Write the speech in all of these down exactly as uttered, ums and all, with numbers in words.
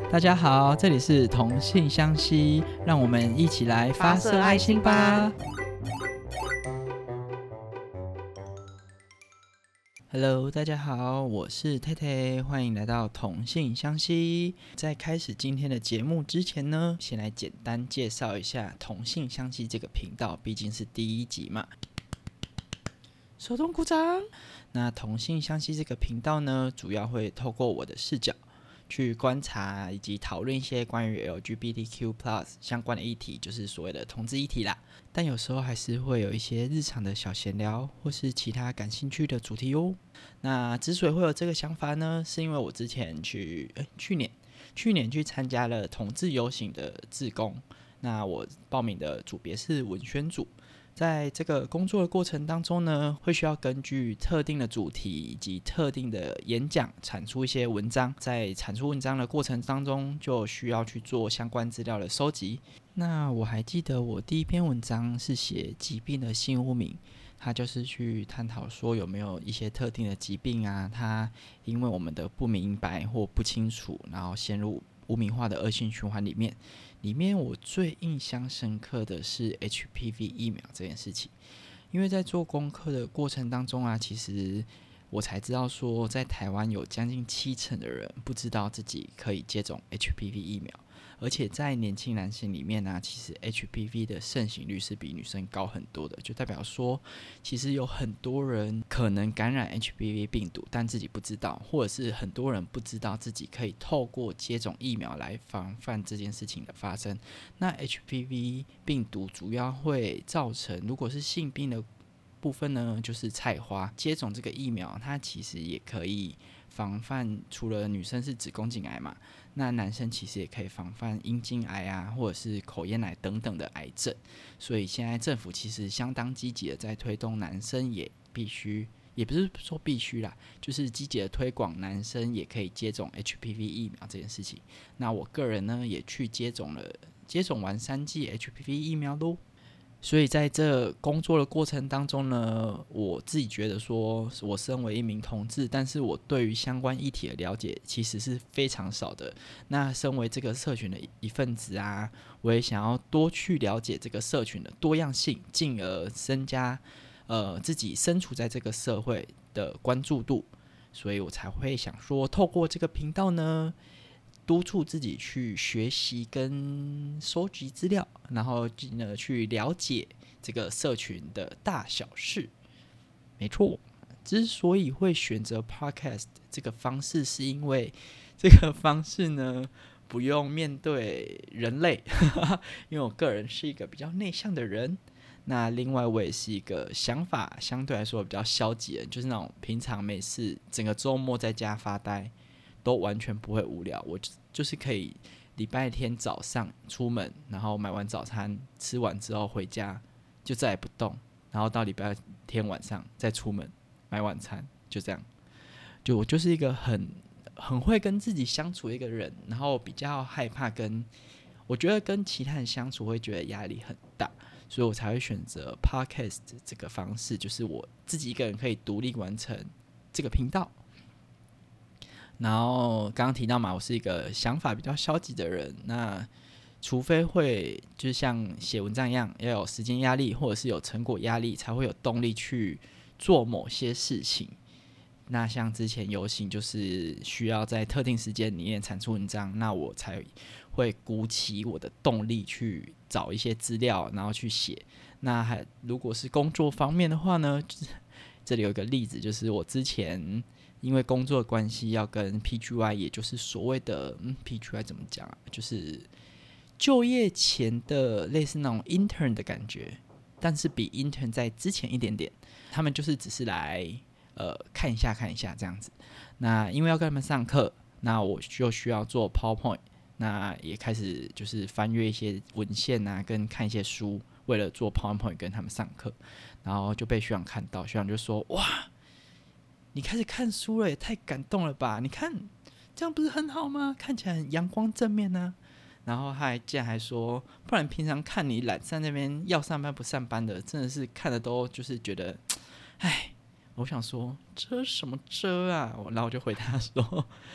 大家好，这里是同性相吸，让我们一起来发射爱心吧。Hello， 大家好，我是泰泰，欢迎来到同性相吸。在开始今天的节目之前呢，先来简单介绍一下同性相吸这个频道，毕竟是第一集嘛。手动鼓掌。那同性相吸这个频道呢，主要会透过我的视角去观察以及讨论一些关于 L G B T Q plus 相关的议题，就是所谓的同志议题啦。但有时候还是会有一些日常的小闲聊，或是其他感兴趣的主题哦。那之所以会有这个想法呢，是因为我之前去，欸、去年去年去参加了同志游行的志工，那我报名的组别是文宣组。在这个工作的过程当中呢，会需要根据特定的主题以及特定的演讲产出一些文章，在产出文章的过程当中就需要去做相关资料的收集。那我还记得我第一篇文章是写疾病的性污名，它就是去探讨说有没有一些特定的疾病啊，它因为我们的不明白或不清楚，然后陷入污名化的恶性循环里面。里面我最印象深刻的是 H P V 疫苗这件事情，因为在做功课的过程当中啊，其实我才知道说，在台湾有将近七成的人不知道自己可以接种 H P V 疫苗，而且在年轻男性里面啊，其实 H P V 的盛行率是比女生高很多的，就代表说，其实有很多人可能感染 H P V 病毒，但自己不知道，或者是很多人不知道自己可以透过接种疫苗来防范这件事情的发生。那 H P V 病毒主要会造成，如果是性病的部分呢，就是菜花。接种这个疫苗，它其实也可以防范，除了女生是子宫颈癌嘛，那男生其实也可以防范阴茎癌啊，或者是口咽癌等等的癌症。所以现在政府其实相当积极的在推动男生也必须，也不是说必须啦，就是积极的推广男生也可以接种 H P V 疫苗这件事情。那我个人呢，也去接种了，接种完三剂 H P V 疫苗咯。所以在这工作的过程当中呢，我自己觉得说，我身为一名同志，但是我对于相关议题的了解其实是非常少的。那身为这个社群的一份子啊，我也想要多去了解这个社群的多样性，进而增加呃自己身处在这个社会的关注度。所以我才会想说，透过这个频道呢，督促自己去学习跟收集资料，然后进而去了解这个社群的大小事。没错，之所以会选择 Podcast 这个方式，是因为这个方式呢，不用面对人类，因为我个人是一个比较内向的人。那另外我也是一个想法相对来说比较消极的人，就是那种平常没事整个周末在家发呆都完全不会无聊，我就是可以礼拜天早上出门，然后买完早餐吃完之后回家就再也不动，然后到礼拜天晚上再出门买晚餐，就这样。就我就是一个很很会跟自己相处的一个人，然后比较害怕跟我觉得跟其他人相处会觉得压力很大，所以我才会选择 Podcast 这个方式，就是我自己一个人可以独立完成这个频道。然后刚刚提到嘛，我是一个想法比较消极的人，那除非会就是像写文章一样，要有时间压力或者是有成果压力，才会有动力去做某些事情。那像之前游行就是需要在特定时间里面产出文章，那我才会鼓起我的动力去找一些资料，然后去写。那还如果是工作方面的话呢，就是这里有一个例子，就是我之前因为工作的关系要跟 P G Y， 也就是所谓的、嗯、P G Y 怎么讲啊，就是就业前的类似那种 intern 的感觉，但是比 intern 在之前一点点，他们就是只是来呃看一下看一下这样子。那因为要跟他们上课，那我就需要做 PowerPoint， 那也开始就是翻阅一些文献啊，跟看一些书，为了做 PowerPoint 跟他们上课，然后就被学长看到，学长就说：“哇，你开始看书了，也太感动了吧！你看这样不是很好吗？看起来很阳光正面啊。”然后他还竟然还说：“不然平常看你懒在那边要上班不上班的，真的是看的都就是觉得，唉。”我想说遮什么遮啊？然后我就回答说：“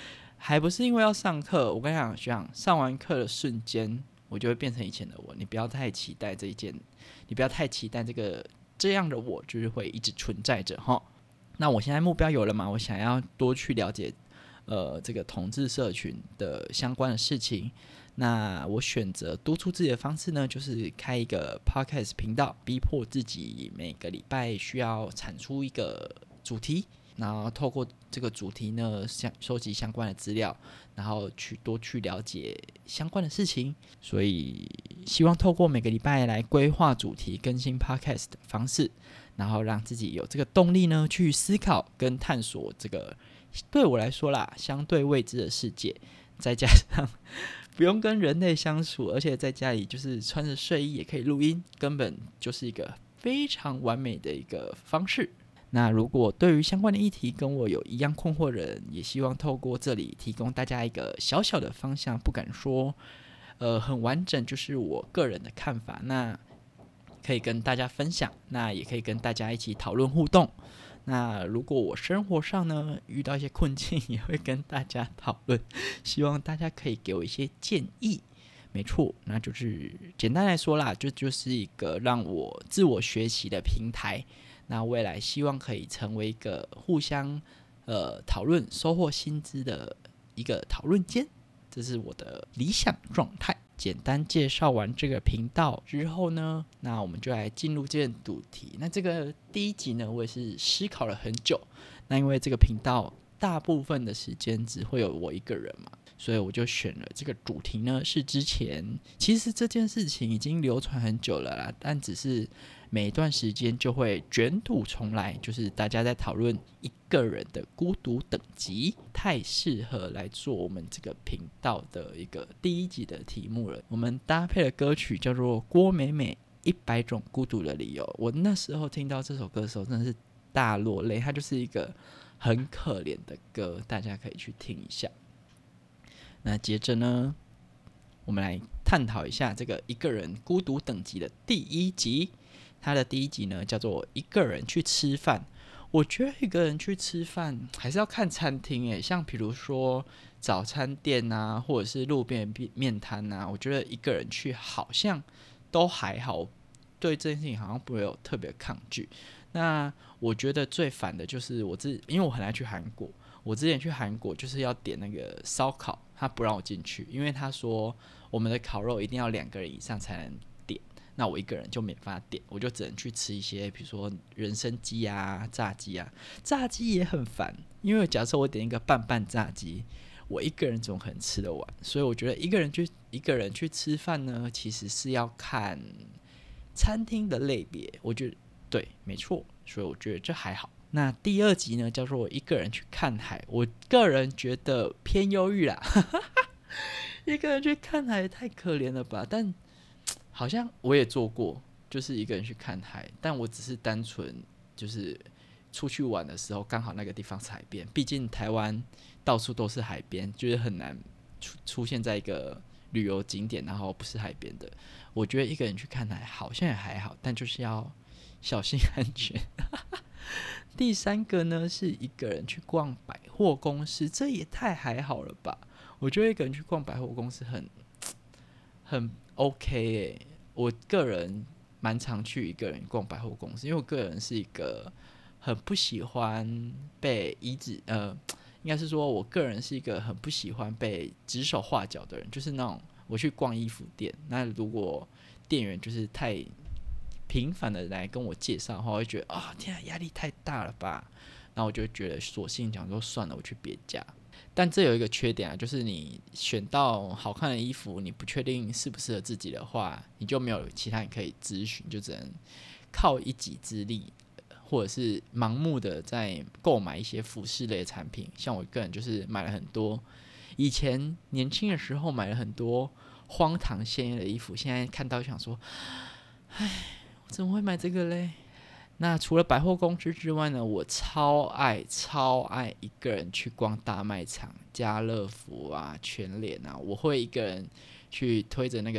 还不是因为要上课。我跟你讲，学长，上完课的瞬间，我就会变成以前的我。你不要太期待这一件，你不要太期待这个这样的我，就是会一直存在着哈。那我现在目标有了嘛？我想要多去了解，呃，这个同志社群的相关的事情。那我选择督促自己的方式呢，就是开一个 podcast 频道，逼迫自己每个礼拜需要产出一个主题，然后透过这个主题呢，收集相关的资料，然后去多去了解相关的事情。所以希望透过每个礼拜来规划主题、更新 podcast 的方式，然后让自己有这个动力呢，去思考跟探索这个对我来说啦相对未知的世界。再加上不用跟人类相处，而且在家里就是穿着睡衣也可以录音，根本就是一个非常完美的一个方式。那如果对于相关的议题跟我有一样困惑的人，也希望透过这里提供大家一个小小的方向，不敢说呃很完整，就是我个人的看法，那可以跟大家分享，那也可以跟大家一起讨论互动。那如果我生活上呢遇到一些困境，也会跟大家讨论，希望大家可以给我一些建议。没错，那就是简单来说啦，就就是一个让我自我学习的平台。那未来希望可以成为一个互相呃讨论、收获薪资的一个讨论间，这是我的理想状态。简单介绍完这个频道之后呢，那我们就来进入这件主题。那这个第一集呢，我也是思考了很久。那因为这个频道大部分的时间只会有我一个人嘛，所以我就选了这个主题呢，是之前其实这件事情已经流传很久了啦，但只是每一段时间就会卷土重来，就是大家在讨论一个人的孤独等级，太适合来做我们这个频道的一个第一集的题目了。我们搭配的歌曲叫做郭美美一百种孤独的理由。我那时候听到这首歌的时候真的是大落泪，它就是一个很可怜的歌，大家可以去听一下。那接着呢，我们来探讨一下这个一个人孤独等级的第一集。它的第一集呢叫做一个人去吃饭。我觉得一个人去吃饭还是要看餐厅耶，像比如说早餐店啊，或者是路边面摊啊，我觉得一个人去好像都还好，对这件事情好像不会有特别抗拒。那我觉得最烦的就是我自，因为我很爱去韩国，我之前去韩国就是要点那个烧烤，他不让我进去，因为他说我们的烤肉一定要两个人以上才能点，那我一个人就没办法点，我就只能去吃一些比如说人参鸡啊、炸鸡啊。炸鸡也很烦，因为假设我点一个半半炸鸡，我一个人怎么可能吃得完？所以我觉得一个人去一个人去吃饭呢，其实是要看餐厅的类别，我觉得对，没错，所以我觉得这还好。那第二集呢，叫做一个人去看海，我个人觉得偏忧郁啦，一个人去看海太可怜了吧？但好像我也做过，就是一个人去看海，但我只是单纯就是出去玩的时候，刚好那个地方是海边，毕竟台湾到处都是海边，就是很难 出, 出现在一个旅游景点然后不是海边的。我觉得一个人去看海好像也还好，但就是要小心安全。第三个呢，是一个人去逛百货公司，这也太还好了吧？我觉得一个人去逛百货公司很很 OK 耶、欸。我个人蛮常去一个人逛百货公司，因为我个人是一个很不喜欢被一直呃，应该是说我个人是一个很不喜欢被指手画脚的人，就是那种我去逛衣服店，那如果店员就是太频繁的来跟我介绍的话，我会觉得啊、哦，天啊，压力太大了吧？然后我就觉得索性讲说算了，我去别家。但这有一个缺点啊，就是你选到好看的衣服，你不确定适不适合自己的话，你就没有其他人可以咨询，就只能靠一己之力，或者是盲目的在购买一些服饰类的产品。像我个人就是买了很多，以前年轻的时候买了很多荒唐鲜艳的衣服，现在看到想说，唉，我怎么会买这个嘞？那除了百货公司之外呢，我超爱超爱一个人去逛大卖场，家乐福啊、全联啊，我会一个人去推着那个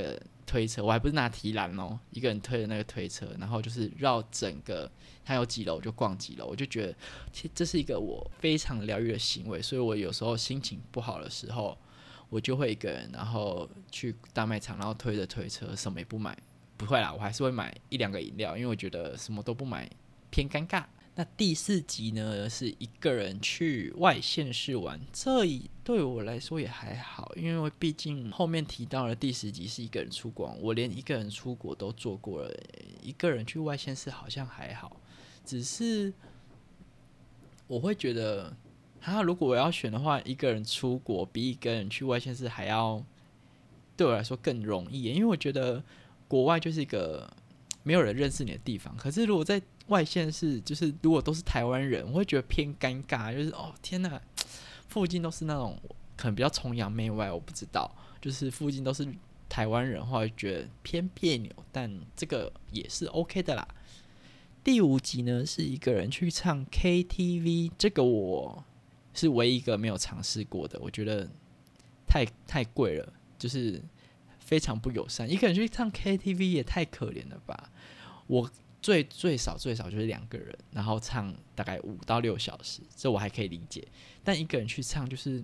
推车，我还不是拿提篮哦，一个人推的那个推车，然后就是绕整个它有几楼就逛几楼，我就觉得这是一个我非常疗愈的行为，所以我有时候心情不好的时候，我就会一个人，然后去大卖场，然后推着推车，什么也不买，不会啦，我还是会买一两个饮料，因为我觉得什么都不买偏尴尬。那第四集呢，是一个人去外县市玩，这对我来说也还好，因为毕竟后面提到了第十集是一个人出国，我连一个人出国都做过了，一个人去外县市好像还好，只是我会觉得，哈，如果我要选的话，一个人出国比一个人去外县市还要对我来说更容易，因为我觉得国外就是一个没有人认识你的地方，可是如果在外县市，就是如果都是台湾人，我会觉得偏尴尬，就是哦天哪，附近都是那种可能比较崇洋媚外，我不知道，就是附近都是台湾人的话，会觉得偏别扭，但这个也是 OK 的啦。第五集呢是一个人去唱 K T V， 这个我是唯一一个没有尝试过的，我觉得太太贵了，就是非常不友善，一个人去唱 K T V 也太可怜了吧。我最最少最少就是两个人，然后唱大概五到六小时，这我还可以理解。但一个人去唱，就是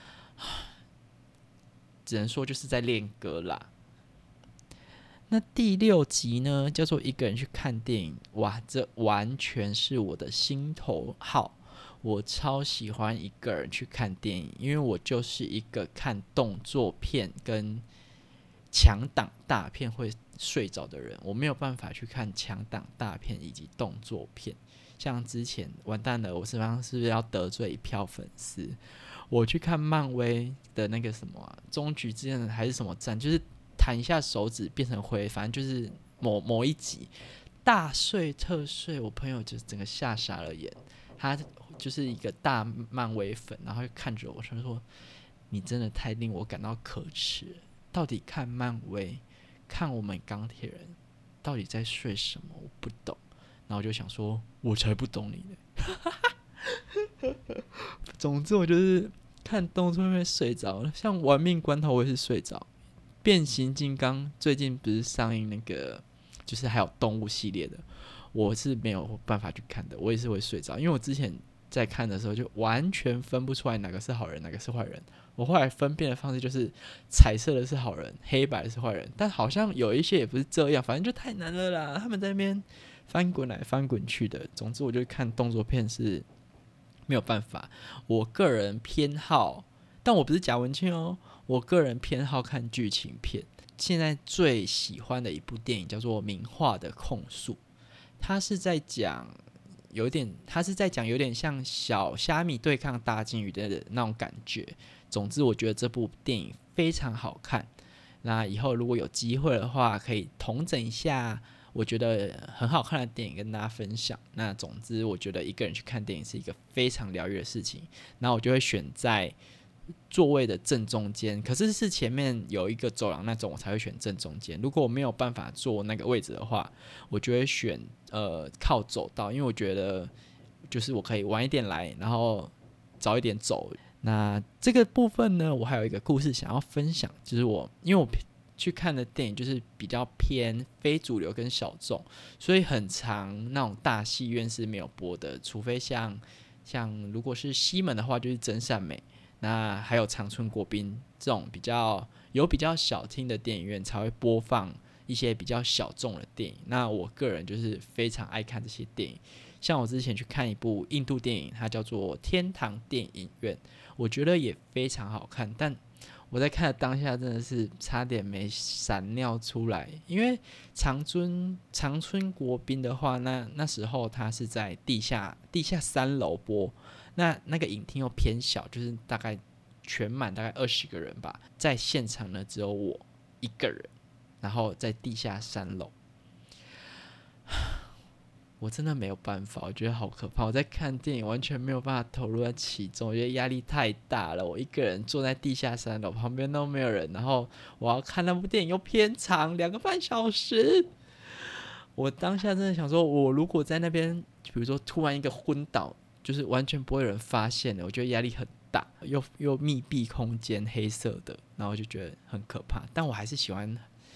只能说就是在练歌啦。那第六集呢，叫做一个人去看电影，哇，这完全是我的心头好。我超喜欢一个人去看电影，因为我就是一个看动作片跟强档大片会睡着的人，我没有办法去看强档大片以及动作片。像之前完蛋了，我身上是不是要得罪一票粉丝？我去看漫威的那个什么、啊、终局之战还是什么战，就是弹一下手指变成灰，反正就是某某一集大睡特睡，我朋友就整个吓傻了眼。他就是一个大漫威粉，然后就看着我说：“你真的太令我感到可耻了。到底看漫威，看我们钢铁人，到底在睡什么？我不懂。”然后我就想说，我才不懂你呢。总之，我就是看动作片会睡着，像《玩命关头》我也是睡着。变形金刚最近不是上映那个，就是还有动物系列的，我是没有办法去看的，我也是会睡着，因为我之前在看的时候就完全分不出来哪个是好人，哪个是坏人。我后来分辨的方式就是彩色的是好人，黑白的是坏人，但好像有一些也不是这样，反正就太难了啦，他们在那边翻滚来翻滚去的。总之我就看动作片是没有办法，我个人偏好，但我不是贾文清哦，我个人偏好看剧情片。现在最喜欢的一部电影叫做《名画的控诉》，它是在讲有点，它是在讲有点像小虾米对抗大金鱼的那种感觉。总之，我觉得这部电影非常好看。那以后如果有机会的话，可以统整一下我觉得很好看的电影跟大家分享。那总之，我觉得一个人去看电影是一个非常疗愈的事情。那我就会选在座位的正中间，可是是前面有一个走廊那种，我才会选正中间。如果我没有办法坐那个位置的话，我就会选呃靠走道，因为我觉得就是我可以晚一点来，然后早一点走。那这个部分呢，我还有一个故事想要分享，就是我因为我去看的电影就是比较偏非主流跟小众，所以很常那种大戏院是没有播的，除非像像如果是西门的话，就是真善美。那还有长春国宾这种比较有比较小厅的电影院才会播放一些比较小众的电影。那我个人就是非常爱看这些电影，像我之前去看一部印度电影，它叫做《天堂电影院》，我觉得也非常好看，但我在看的当下真的是差点没闪尿出来，因为长春长春国宾的话，那那时候它是在地下地下三楼播。那那个影厅又偏小，就是大概全满大概二十个人吧，在现场呢只有我一个人，然后在地下三楼，我真的没有办法，我觉得好可怕。我在看电影完全没有办法投入在其中，我觉得压力太大了。我一个人坐在地下三楼，旁边都没有人，然后我要看那部电影又偏长，两个半小时。我当下真的想说，我如果在那边，比如说突然一个昏倒，就是完全不会有人发现的，我觉得压力很大，又又密闭空间，黑色的，然后就觉得很可怕。但我还是喜欢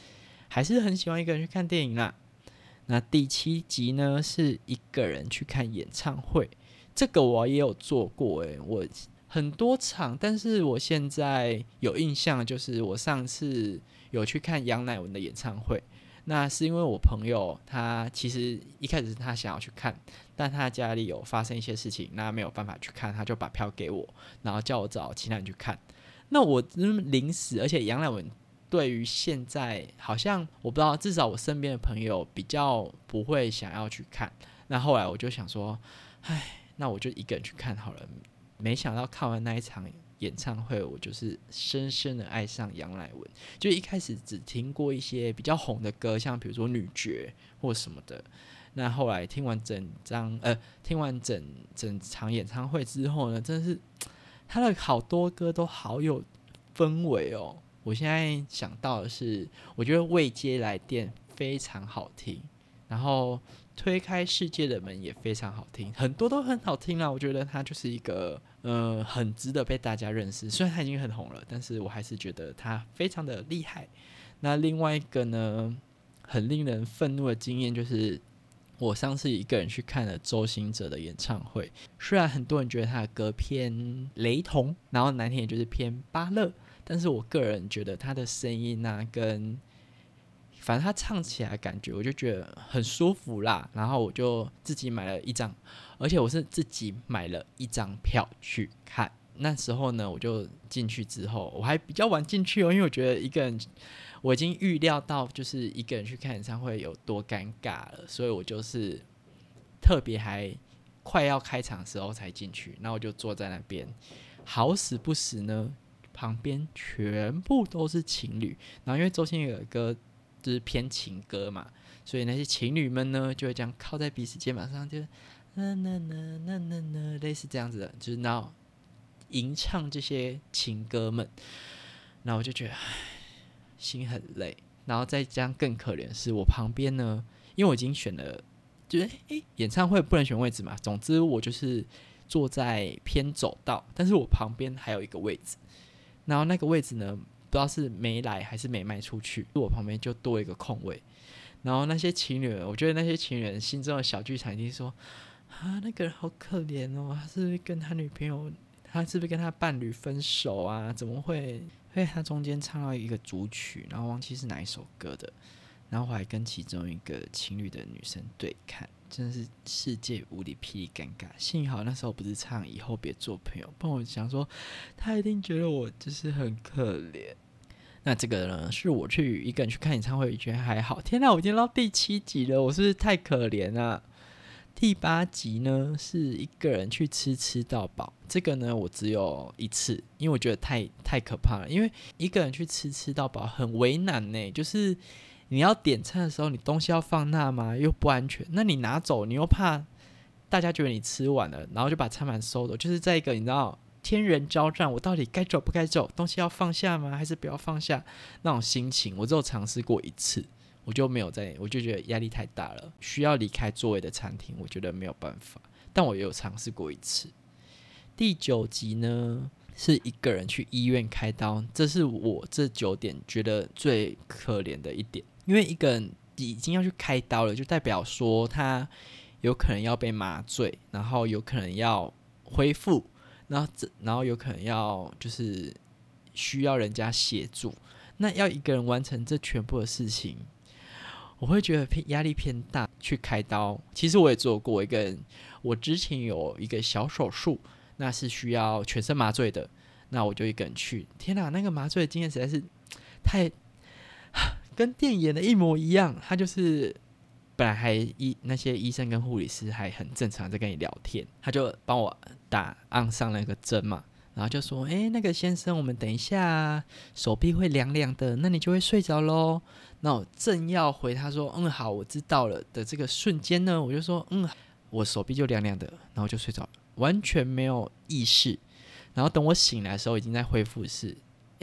还是很喜欢一个人去看电影啦。那第七集呢，是一个人去看演唱会，这个我也有做过诶，我很多场，但是我现在有印象，就是我上次有去看杨乃文的演唱会，那是因为我朋友他其实一开始是他想要去看，但他家里有发生一些事情，那没有办法去看，他就把票给我，然后叫我找其他人去看。那我临时，而且杨乃文对于现在好像我不知道，至少我身边的朋友比较不会想要去看。那后来我就想说，唉，那我就一个人去看好了。没想到看完那一场演唱会，我就是深深的爱上杨乃文。就一开始只听过一些比较红的歌，像比如说《女爵》或什么的。那后来听完整张呃，听完整整场演唱会之后呢，真的是他的好多歌都好有氛围哦。我现在想到的是，我觉得未接来电非常好听，然后推开世界的门也非常好听，很多都很好听啦。我觉得他就是一个呃很值得被大家认识，虽然他已经很红了，但是我还是觉得他非常的厉害。那另外一个呢，很令人愤怒的经验就是我上次一个人去看了周兴哲的演唱会，虽然很多人觉得他的歌偏雷同，然后难听也就是偏芭乐，但是我个人觉得他的声音啊，跟反正他唱起来感觉我就觉得很舒服啦，然后我就自己买了一张，而且我是自己买了一张票去看。那时候呢，我就进去之后，我还比较晚进去哦，因为我觉得一个人，我已经预料到就是一个人去看演唱会有多尴尬了，所以我就是特别还快要开场的时候才进去，那我就坐在那边，好死不死呢，旁边全部都是情侣，然后因为周星有的歌就是偏情歌嘛，所以那些情侣们呢就会这样靠在彼此肩膀上，就那那那那那那类似这样子的，就是然后吟唱这些情歌们，然后我就觉得心很累，然后再这样更可怜的是我旁边呢，因为我已经选了，就是诶演唱会不能选位置嘛，总之我就是坐在偏走道，但是我旁边还有一个位置，然后那个位置呢不知道是没来还是没卖出去，我旁边就多一个空位，然后那些情侣人，我觉得那些情侣人心中的小剧场一定说啊，那个人好可怜哦，他是不是跟他女朋友，他是不是跟他伴侣分手啊？怎么会？因为他中间唱到一个主曲，然后忘记是哪一首歌的，然后我还跟其中一个情侣的女生对看，真的是世界无敌霹雳尴尬。幸好那时候不是唱以后别做朋友，不然我想说他一定觉得我就是很可怜。那这个呢，是我去一个人去看演唱会，觉得还好。天哪，我已经到第七集了，我是不是太可怜了？第八集呢，是一个人去吃吃到饱。这个呢，我只有一次，因为我觉得太太可怕了。因为一个人去吃吃到饱很为难呢，就是你要点餐的时候，你东西要放那吗？又不安全。那你拿走，你又怕大家觉得你吃完了，然后就把餐盘收走，就是在一个你知道天人交战，我到底该走不该走？东西要放下吗？还是不要放下？那种心情，我只有尝试过一次。我就没有在，我就觉得压力太大了，需要离开座位的餐厅，我觉得没有办法。但我也有尝试过一次。第九集呢，是一个人去医院开刀，这是我这九点觉得最可怜的一点，因为一个人已经要去开刀了，就代表说他有可能要被麻醉，然后有可能要恢复，然后然后有可能要就是需要人家协助，那要一个人完成这全部的事情。我会觉得压力偏大，去开刀。其实我也做过一个，我之前有一个小手术，那是需要全身麻醉的，那我就一个人去。天哪，那个麻醉的经验实在是太跟电影演的一模一样。他就是本来还医那些医生跟护理师还很正常在跟你聊天，他就帮我打按上那个针嘛。然后就说，哎，那个先生，我们等一下手臂会凉凉的，那你就会睡着咯。那我正要回他说，嗯，好，我知道了的这个瞬间呢，我就说，嗯，我手臂就凉凉的，然后就睡着了，完全没有意识。然后等我醒来的时候，已经在恢复室，哎，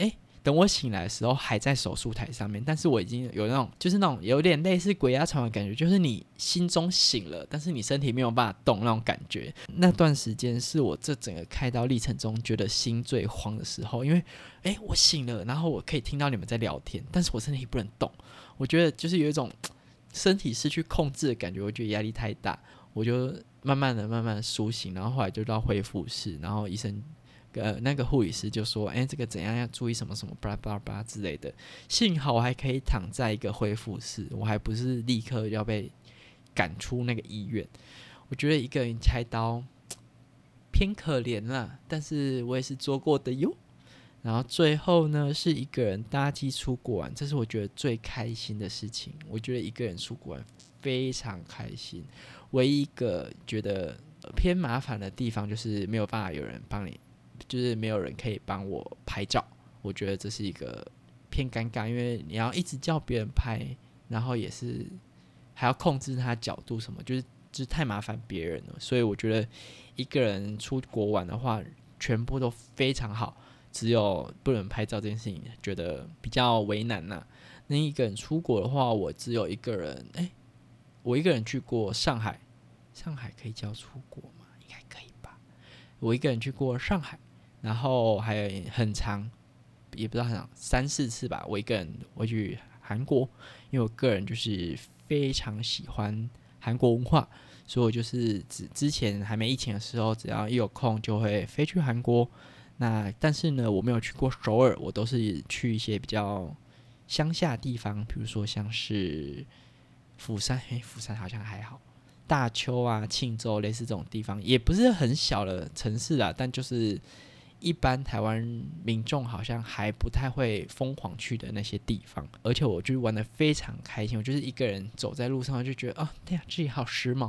等我醒来的时候还在手术台上面，但是我已经有那种就是那种有点类似鬼压床的感觉，就是你心中醒了，但是你身体没有办法动那种感觉。那段时间是我这整个开刀历程中觉得心最慌的时候，因为哎我醒了，然后我可以听到你们在聊天，但是我身体不能动，我觉得就是有一种身体失去控制的感觉，我觉得压力太大，我就慢慢的慢慢的苏醒，然后后来就到恢复室，然后医生呃，那个护理师就说：“哎、欸，这个怎样要注意什么什么巴拉巴拉巴拉之类的。”幸好我还可以躺在一个恢复室，我还不是立刻要被赶出那个医院。我觉得一个人开刀偏可怜啦，但是我也是做过的哟。然后最后呢，是一个人搭机出国玩，这是我觉得最开心的事情。我觉得一个人出国玩非常开心，唯一一个觉得偏麻烦的地方就是没有办法有人帮你。就是没有人可以帮我拍照，我觉得这是一个偏尴尬，因为你要一直叫别人拍，然后也是还要控制他角度什么，就是就是太麻烦别人了。所以我觉得一个人出国玩的话，全部都非常好，只有不能拍照这件事情觉得比较为难呐、啊。那一个人出国的话，我只有一个人，哎，我一个人去过上海，上海可以叫出国吗？应该可以吧。我一个人去过上海。然后还有很长，也不知道很长，三四次吧。我一个人会去韩国，因为我个人就是非常喜欢韩国文化，所以我就是之之前还没疫情的时候，只要一有空就会飞去韩国。那但是呢，我没有去过首尔，我都是去一些比较乡下地方，比如说像是釜山，诶，釜山好像还好。大邱啊、庆州类似这种地方，也不是很小的城市啦，但就是一般台湾民众好像还不太会疯狂去的那些地方，而且我就玩得非常开心，我就是一个人走在路上就觉得啊，对呀，自己好时髦，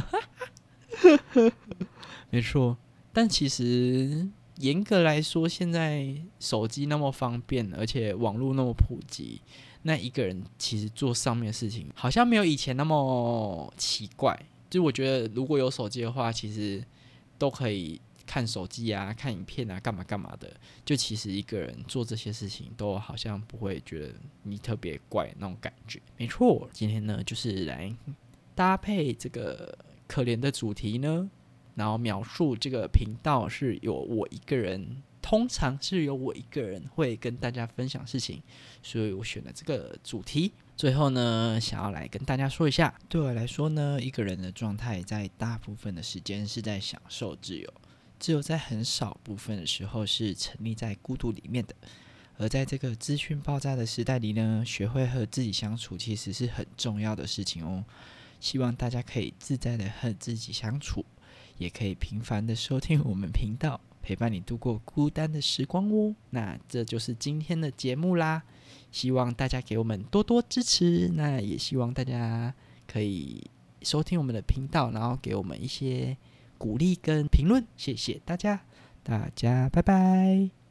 没错。但其实严格来说，现在手机那么方便，而且网络那么普及，那一个人其实做上面的事情，好像没有以前那么奇怪。就我觉得，如果有手机的话，其实都可以看手机啊、看影片啊、干嘛干嘛的。就其实一个人做这些事情，都好像不会觉得你特别怪那种感觉。没错，今天呢，就是来搭配这个可怜的主题呢，然后描述这个频道是有我一个人，通常是有我一个人会跟大家分享事情，所以我选了这个主题。最后呢，想要来跟大家说一下，对我来说呢，一个人的状态在大部分的时间是在享受自由，只有在很少部分的时候是沉溺在孤独里面的。而在这个资讯爆炸的时代里呢，学会和自己相处其实是很重要的事情哦。希望大家可以自在的和自己相处，也可以频繁的收听我们频道，陪伴你度过孤单的时光哦。那这就是今天的节目啦，希望大家给我们多多支持，那也希望大家可以收听我们的频道，然后给我们一些鼓励跟评论，谢谢大家，大家拜拜。